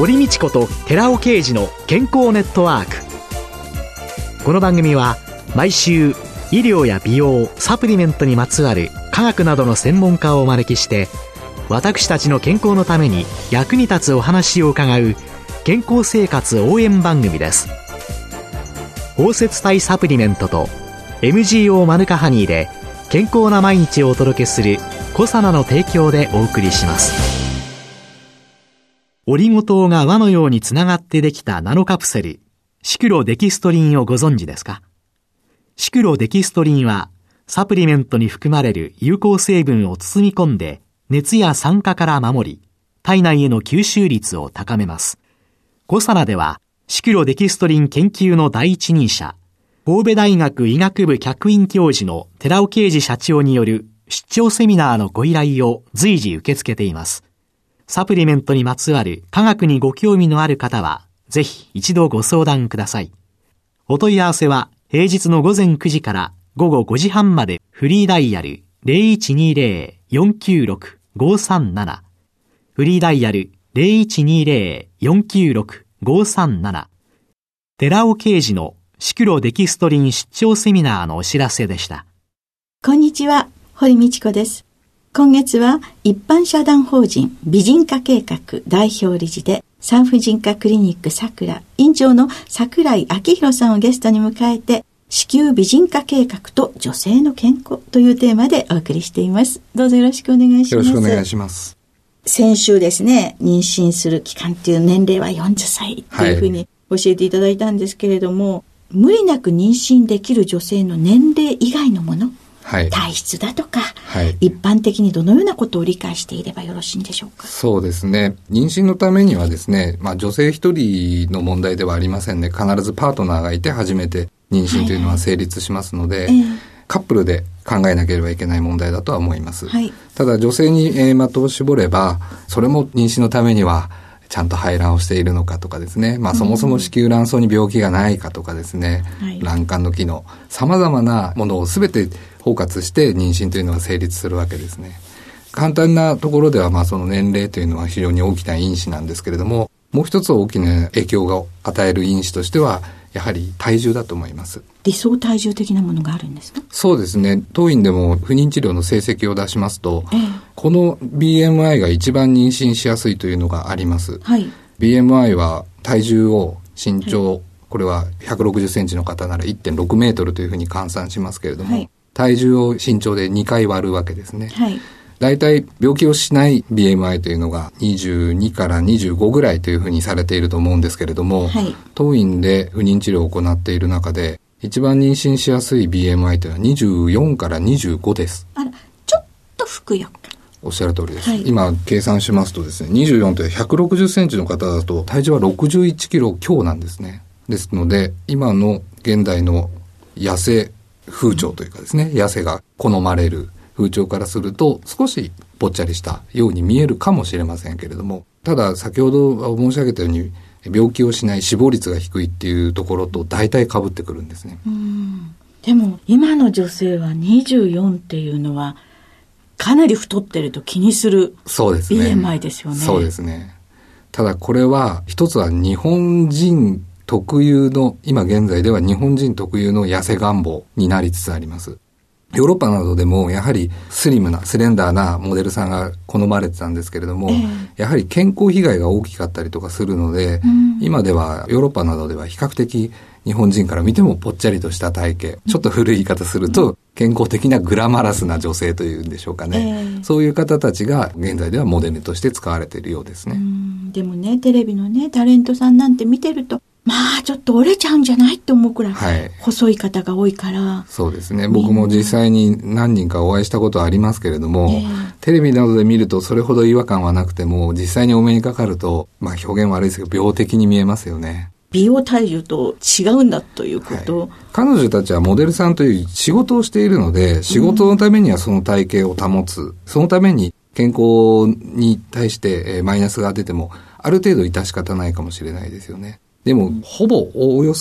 堀道子と寺尾啓二の健康ネットワーク。この番組は毎週医療や美容、サプリメントにまつわる科学などの専門家をお招きして、私たちの健康のために役に立つお話を伺う健康生活応援番組です。包摂体サプリメントと MGO マヌカハニーで健康な毎日をお届けするコサナの提供でお送りします。オリゴ糖が輪のようにつながってできたナノカプセル、シクロデキストリンをご存知ですか？シクロデキストリンはサプリメントに含まれる有効成分を包み込んで熱や酸化から守り、体内への吸収率を高めます。コサナではシクロデキストリン研究の第一人者、神戸大学医学部客員教授の寺尾啓二社長による出張セミナーのご依頼を随時受け付けています。サプリメントにまつわる科学にご興味のある方は、ぜひ一度ご相談ください。お問い合わせは平日の午前9時から午後5時半までフリーダイヤル 0120-496-537 フリーダイヤル 0120-496-537 寺尾啓二のシクロデキストリン出張セミナーのお知らせでした。 こんにちは、堀道子です。今月は一般社団法人美人化計画代表理事で産婦人科クリニックさくら院長の櫻井明宏さんをゲストに迎えて、子宮美人化計画と女性の健康というテーマでお送りしています。どうぞよろしくお願いします。 よろしくお願いします。 先週ですね、妊娠する期間っていう年齢は40歳っていうふうに教えていただいたんですけれども、無理なく妊娠できる女性の年齢以外のもの、体質だとか、一般的にどのようなことを理解していればよろしいんでしょうか？ そうですね。妊娠のためにはですね、女性一人の問題ではありませんね。必ずパートナーがいて初めて妊娠というのは成立しますので、カップルで考えなければいけない問題だとは思います。ただ女性に的を絞れば、それも妊娠のためにはちゃんと排卵をしているのかとかですね、そもそも子宮卵巣に病気がないかとかですね、卵管の機能、様々なものを全て包括して妊娠というのは成立するわけですね。簡単なところではその年齢というのは非常に大きな因子なんですけれども、もう一つ大きな影響を与える因子としてはやはり体重だと思います。 理想体重的なものがあるんですか？ そうですね。当院でも不妊治療の成績を出しますと、この BMI が一番妊娠しやすいというのがあります。BMI は体重を身長、これは160センチの方なら 1.6 メートルというふうに換算しますけれども、体重を身長で2回割るわけですね。だいたい病気をしない BMI というのが22から25ぐらいというふうにされていると思うんですけれども、当院で不妊治療を行っている中で一番妊娠しやすい BMI というのは24から25です。 あら、ちょっとふくよか。 おっしゃる通りです。今計算しますとですね、24という160センチの方だと体重は61キロ強なんですね。ですので今の現代の痩せ風潮というかですね、痩せが好まれる風潮からすると少しぽっちゃりしたように見えるかもしれませんけれども、ただ先ほど申し上げたように病気をしない死亡率が低いっていうところと大体被ってくるんですね。 でも今の女性は24っていうのはかなり太ってると気にする BMI ですよね。 そうですね。ただこれは一つは日本人特有の、今現在では日本人特有の痩せ願望になりつつあります。ヨーロッパなどでもやはりスリムなスレンダーなモデルさんが好まれてたんですけれども、やはり健康被害が大きかったりとかするので、今ではヨーロッパなどでは比較的日本人から見てもぽっちゃりとした体型、ちょっと古い言い方すると健康的なグラマラスな女性というんでしょうかね、そういう方たちが現在ではモデルとして使われているようですね。 でもね、テレビのねタレントさんなんて見てるとちょっと折れちゃうんじゃないって思うくらい、細い方が多いから。 そうですね。僕も実際に何人かお会いしたことはありますけれども、テレビなどで見るとそれほど違和感はなくても、実際にお目にかかると、表現悪いですけど病的に見えますよね。 美容体重と違うんだということ、 彼女たちはモデルさんという仕事をしているので、仕事のためにはその体型を保つ、そのために健康に対してマイナスが出てもある程度致し方ないかもしれないですよね。でもほぼおおよその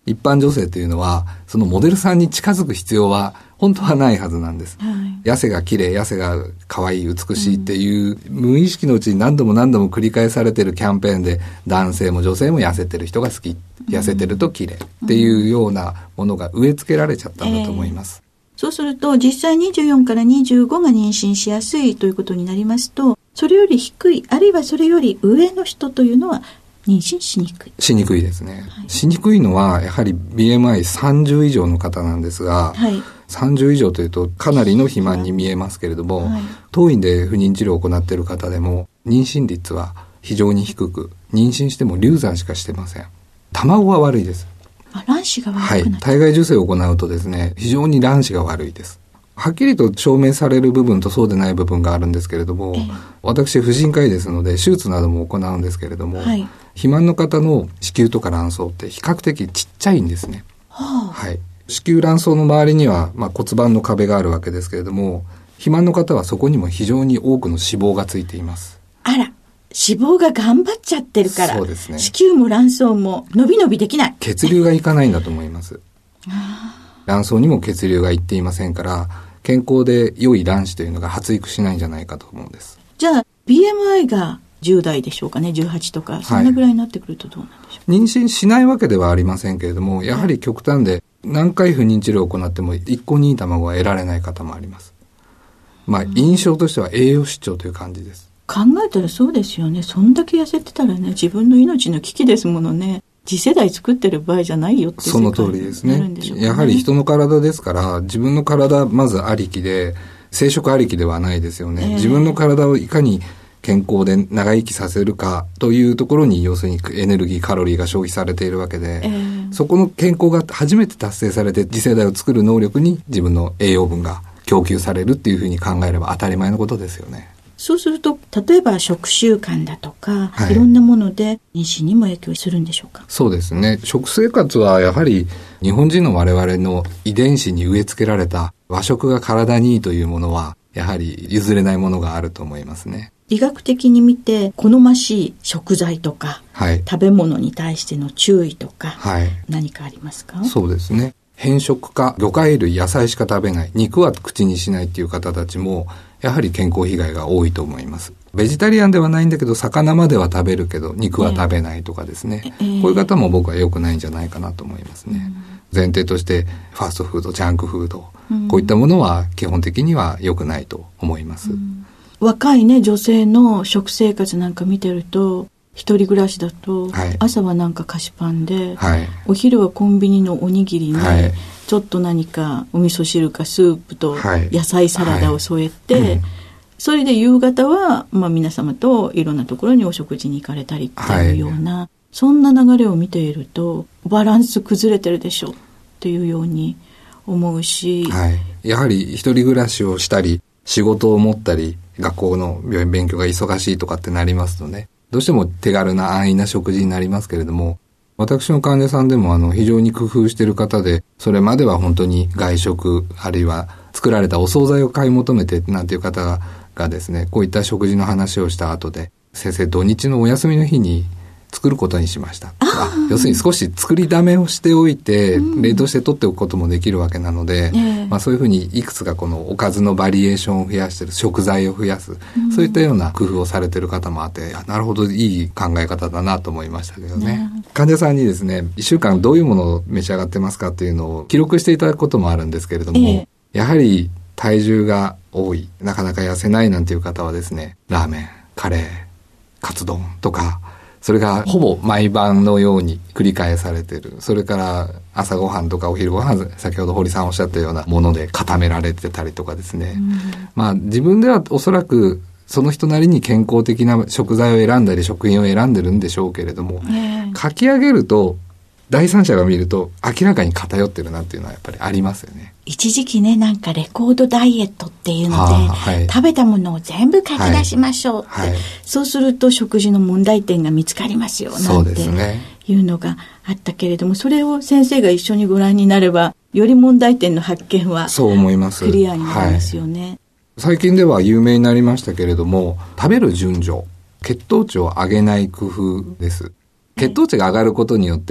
一般女性というのはそのモデルさんに近づく必要は本当はないはずなんです、痩せが綺麗、痩せが可愛い、美しいっていう、無意識のうちに何度も何度も繰り返されているキャンペーンで、男性も女性も痩せてる人が好き、痩せてると綺麗っていうようなものが植え付けられちゃったんだと思います、 そうすると実際24から25が妊娠しやすいということになりますと、それより低い、あるいはそれより上の人というのは妊娠しにくい。 しにくいですね、しにくいのはやはり BMI30 以上の方なんですが、30以上というとかなりの肥満に見えますけれども、当院で不妊治療を行っている方でも妊娠率は非常に低く、妊娠しても流産しかしてません。卵は悪いです。 卵子が悪くなっ体外受精を行うとですね、非常に卵子が悪いです。はっきりと証明される部分とそうでない部分があるんですけれども、私婦人科医ですので手術なども行うんですけれども、肥満の方の子宮とか卵巣って比較的ちっちゃいんですね、子宮卵巣の周りには、骨盤の壁があるわけですけれども、肥満の方はそこにも非常に多くの脂肪がついています。 あら、脂肪が頑張っちゃってるから、 そうですね、 子宮も卵巣も伸び伸びできない。 血流がいかないんだと思います。卵巣にも血流がいっていませんから、健康で良い卵子というのが発育しないんじゃないかと思うんです。 じゃあ BMI が10代でしょうかね、18とかそんなぐらいになってくるとどうなんでしょう、 妊娠しないわけではありませんけれども、やはり極端で何回不妊治療を行っても一向にいい卵は得られない方もあります。印象としては栄養失調という感じです。 考えたらそうですよね。そんだけ痩せてたらね、自分の命の危機ですものね。次世代作ってる場合じゃないよっていう世界になるんでしょうかね。その通りですね。 やはり人の体ですから、自分の体まずありきで、生殖ありきではないですよね、自分の体をいかに健康で長生きさせるかというところに、要するにエネルギーカロリーが消費されているわけで、そこの健康が初めて達成されて、次世代を作る能力に自分の栄養分が供給されるっていうふうに考えれば当たり前のことですよね。 そうすると例えば食習慣だとか、いろんなもので妊娠にも影響するんでしょうか。 そうですね、食生活はやはり日本人の我々の遺伝子に植え付けられた和食が体にいいというものはやはり譲れないものがあると思いますね。 医学的に見て好ましい食材とか、食べ物に対しての注意とか、何かありますか。 そうですね、偏食か魚介類野菜しか食べない、肉は口にしないっていう方たちもやはり健康被害が多いと思います。ベジタリアンではないんだけど魚までは食べるけど肉は食べないとかですね、こういう方も僕は良くないんじゃないかなと思いますね、前提としてファストフード、ジャンクフード、こういったものは基本的には良くないと思います、 若いね女性の食生活なんか見てると、一人暮らしだと、朝はなんか菓子パンで、お昼はコンビニのおにぎりに、ちょっと何かお味噌汁かスープと野菜サラダを添えて、それで夕方は、皆様といろんなところにお食事に行かれたりっていうような、そんな流れを見ているとバランス崩れてるでしょっていうように思うし、 やはり一人暮らしをしたり仕事を持ったり学校の勉強が忙しいとかってなりますとね、どうしても手軽な安易な食事になりますけれども、私の患者さんでも非常に工夫している方で、それまでは本当に外食あるいは作られたお惣菜を買い求めてなんていう方がですね、こういった食事の話をした後で、先生土日のお休みの日に作ることにしました。要するに少し作りだめをしておいて、冷凍して取っておくこともできるわけなので、そういうふうにいくつかこのおかずのバリエーションを増やしてる、食材を増やす、そういったような工夫をされている方もあって、なるほどいい考え方だなと思いましたけどね。患者さんにですね、1週間どういうものを召し上がってますかっていうのを記録していただくこともあるんですけれども、やはり体重が多い、なかなか痩せないなんていう方はですね、ラーメン、カレー、カツ丼とか、それがほぼ毎晩のように繰り返されている。それから朝ごはんとかお昼ごはん、先ほど堀さんおっしゃったようなもので固められてたりとかですね、自分ではおそらくその人なりに健康的な食材を選んだり食品を選んでるんでしょうけれども、書き上げると第三者が見ると明らかに偏ってるなっていうのはやっぱりありますよね。 一時期ね、なんかレコードダイエットっていうので、食べたものを全部書き出しましょうって、そうすると食事の問題点が見つかりますよなんていうのがあったけれども、それを先生が一緒にご覧になればより問題点の発見はそう思います。 クリアになりますよね。 最近では有名になりましたけれども、食べる順序、血糖値を上げない工夫です。血糖値が上がることによって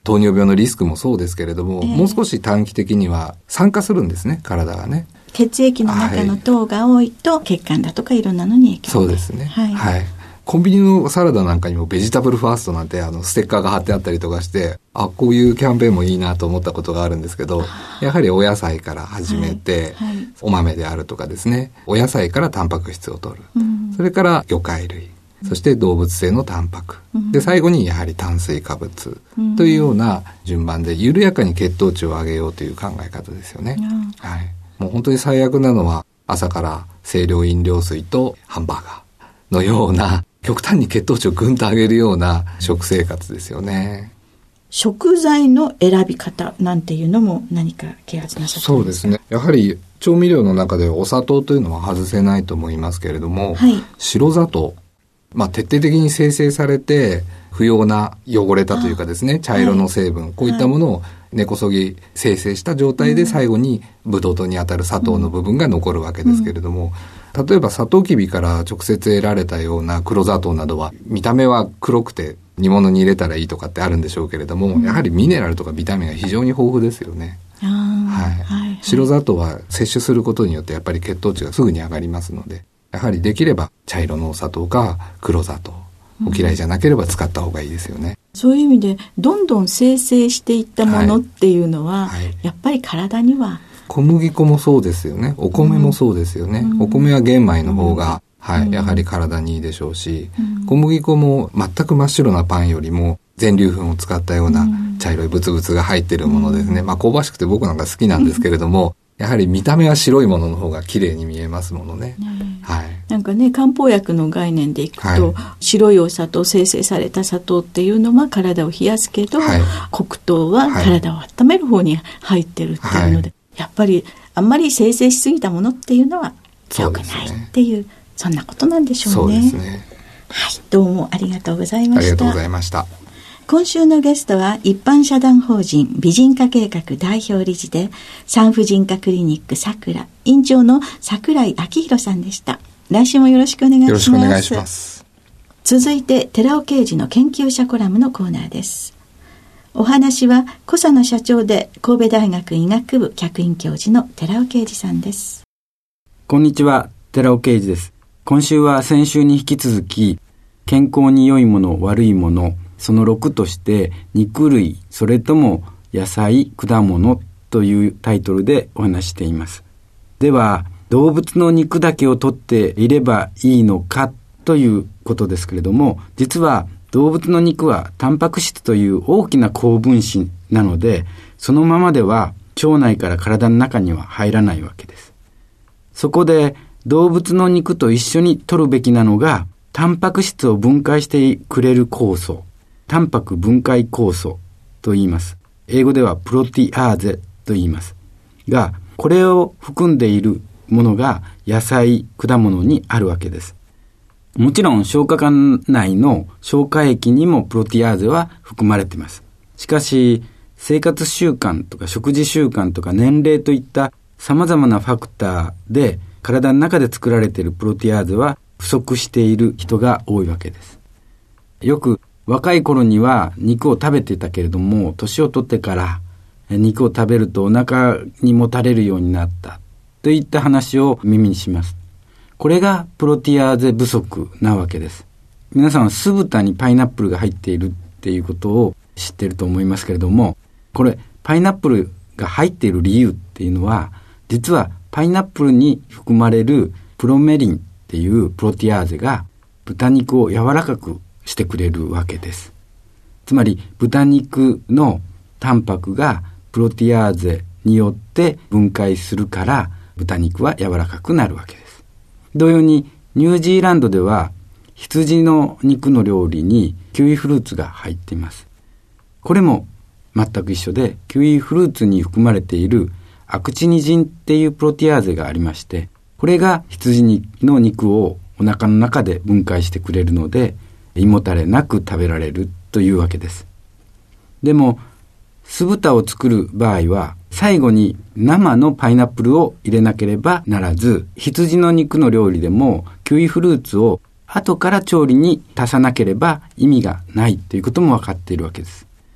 糖尿病のリスクもそうですけれども、もう少し短期的には酸化するんですね、体がね。 血液の中の糖が多いと、血管だとかいろんなのに影響。 そうですね。はい。コンビニのサラダなんかにもベジタブルファーストなんてステッカーが貼ってあったりとかして、こういうキャンペーンもいいなと思ったことがあるんですけど、やはりお野菜から始めて、お豆であるとかですね、お野菜からタンパク質を取る。それから魚介類。そして動物性のタンパク。で、最後にやはり炭水化物というような順番で緩やかに血糖値を上げようという考え方ですよね。はい。もう本当に最悪なのは朝から清涼飲料水とハンバーガーのような極端に血糖値をぐんと上げるような食生活ですよね。 食材の選び方なんていうのも何か啓発なさってますか？ そうですね。やはり調味料の中でお砂糖というのは外せないと思いますけれども、白砂糖、徹底的に精製されて不要な汚れたというかですね、茶色の成分、こういったものを根こそぎ精製した状態で最後にブドウ糖にあたる砂糖の部分が残るわけですけれども、例えばサトウキビから直接得られたような黒砂糖などは見た目は黒くて煮物に入れたらいいとかってあるんでしょうけれども、やはりミネラルとかビタミンが非常に豊富ですよね。白砂糖は摂取することによってやっぱり血糖値がすぐに上がりますので、やはりできれば茶色のお砂糖か黒砂糖、お嫌いじゃなければ使った方がいいですよね。 そういう意味でどんどん生成していったものっていうのは、やっぱり体には小麦粉もそうですよね。お米もそうですよね。お米は玄米の方が、やはり体にいいでしょうし、小麦粉も全く真っ白なパンよりも全粒粉を使ったような茶色いブツブツが入っているものですね。香ばしくて僕なんか好きなんですけれども、やはり見た目は白いものの方が綺麗に見えますものね。 なんかね、漢方薬の概念でいくと、白いお砂糖、精製された砂糖っていうのは体を冷やすけど、黒糖は体を温める方に入ってるっていうので、やっぱりあんまり精製しすぎたものっていうのは良くないっていう、そんなことなんでしょうね。 そうですね。 どうもありがとうございました。 ありがとうございました。 今週のゲストは一般社団法人美人化計画代表理事で産婦人科クリニックさくら院長の櫻井明宏さんでした。来週もよろしくお願いします。 よろしくお願いします。 続いて寺尾啓二の研究者コラムのコーナーです。お話は小佐野社長で神戸大学医学部客員教授の寺尾啓二さんです。 こんにちは、寺尾啓二です。今週は先週に引き続き健康に良いもの悪いものその6として肉類それとも野菜果物というタイトルでお話しています。では動物の肉だけを摂っていればいいのかということですけれども、実は動物の肉はタンパク質という大きな高分子なので、そのままでは腸内から体の中には入らないわけです。そこで動物の肉と一緒に摂るべきなのがタンパク質を分解してくれる酵素、タンパク分解酵素と言います。英語ではプロテアーゼと言いますが、これを含んでいるものが野菜、果物にあるわけです。もちろん消化管内の消化液にもプロテアーゼは含まれています。しかし生活習慣とか食事習慣とか年齢といった様々なファクターで体の中で作られているプロテアーゼは不足している人が多いわけです。よく若い頃には肉を食べていたけれども、年を取ってから肉を食べるとお腹にもたれるようになったといった話を耳にします。これがプロテアーゼ不足なわけです。皆さんは酢豚にパイナップルが入っているっていうことを知っていると思いますけれども、これパイナップルが入っている理由っていうのは、実はパイナップルに含まれるプロメリンっていうプロテアーゼが豚肉を柔らかくしてくれるわけです。つまり豚肉のタンパクがプロテアーゼによって分解するから豚肉は柔らかくなるわけです。同様にニュージーランドでは羊の肉の料理にキウイフルーツが入っています。これも全く一緒で、キウイフルーツに含まれているアクチニジンっていうプロテアーゼがありまして、これが羊の肉をお腹の中で分解してくれるので、胃もたれなく食べられるというわけです。でも酢豚を作る場合は最後に生のパイナップルを入れなければならず、羊の肉の料理でもキウイフルーツを後から調理に足さなければ意味がないということも分かっているわけです。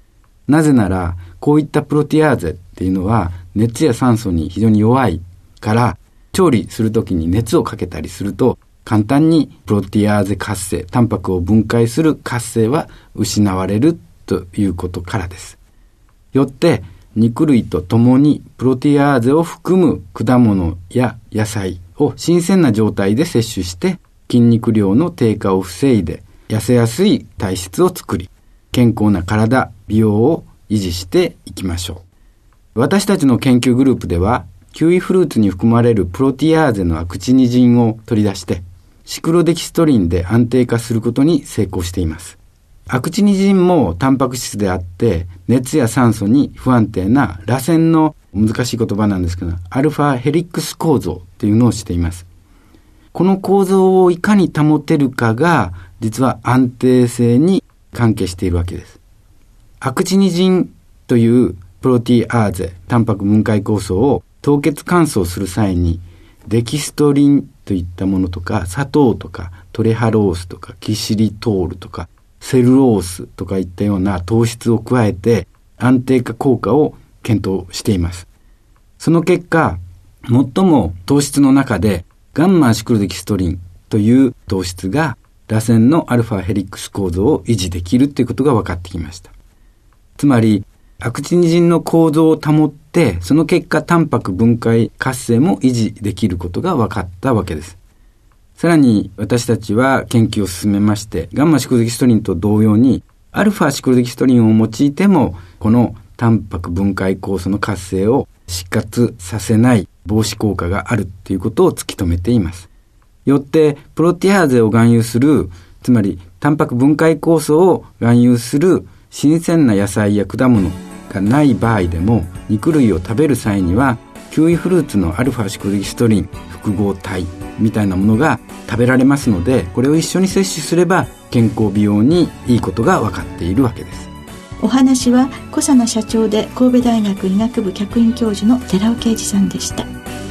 なぜならこういったプロティアーゼっていうのは熱や酸素に非常に弱いから、調理するときに熱をかけたりすると簡単にプロティアーゼ活性、タンパクを分解する活性は失われるということからです。よって肉類とともにプロティアーゼを含む果物や野菜を新鮮な状態で摂取して筋肉量の低下を防いで痩せやすい体質を作り、健康な体、美容を維持していきましょう。私たちの研究グループではキウイフルーツに含まれるプロティアーゼのアクチニジンを取り出してシクロデキストリンで安定化することに成功しています。アクチニジンもタンパク質であって熱や酸素に不安定な螺旋の難しい言葉なんですけど、アルファヘリックス構造っていうのをしています。この構造をいかに保てるかが実は安定性に関係しているわけです。アクチニジンというプロティアーゼ、タンパク分解酵素を凍結乾燥する際にデキストリンといったものとか砂糖とかトレハロースとかキシリトールとかセルロースとかいったような糖質を加えて安定化効果を検討しています。その結果、最も糖質の中でガンマシクロデキストリンという糖質が螺旋のアルファヘリックス構造を維持できるということが分かってきました。つまりアクチニジンの構造を保ってその結果タンパク分解活性も維持できることが分かったわけです。さらに私たちは研究を進めましてガンマシクロデキストリンと同様にアルファシクロデキストリンを用いてもこのタンパク分解酵素の活性を失活させない防止効果があるということを突き止めています。よってプロティアーゼを含有する、つまりタンパク分解酵素を含有する新鮮な野菜や果物がない場合でも肉類を食べる際にはキウイフルーツのアルファシクロデキストリン複合体みたいなものが食べられますので、これを一緒に摂取すれば健康美容にいいことが分かっているわけです。 お話は小佐奈社長で神戸大学医学部客員教授の寺尾啓二さんでした。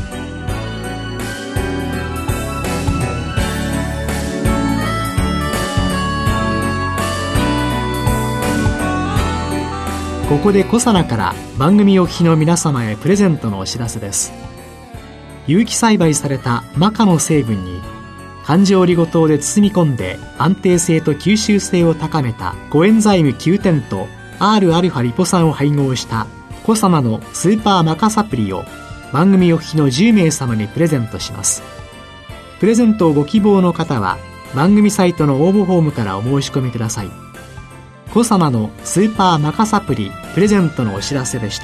ここで小佐奈から番組お聞きの皆様へプレゼントのお知らせです。有機栽培されたマカの成分に環状オリゴ糖で包み込んで安定性と吸収性を高めたコエンザイム9点と Rα リポ酸を配合した小佐奈のスーパーマカサプリを番組お聞きの10名様にプレゼントします。プレゼントをご希望の方は番組サイトの応募フォームからお申し込みください。小佐奈のスーパーマカサプリプレゼントのお知らせでした。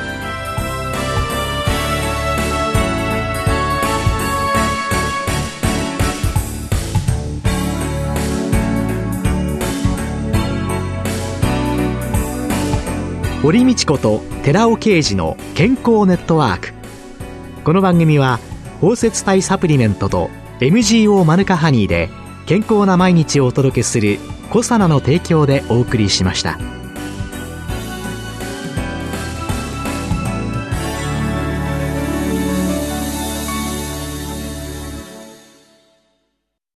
堀道子と寺尾啓二の健康ネットワーク。この番組は包摂体サプリメントと MGO マヌカハニーで健康な毎日をお届けする小佐奈の提供でお送りしました。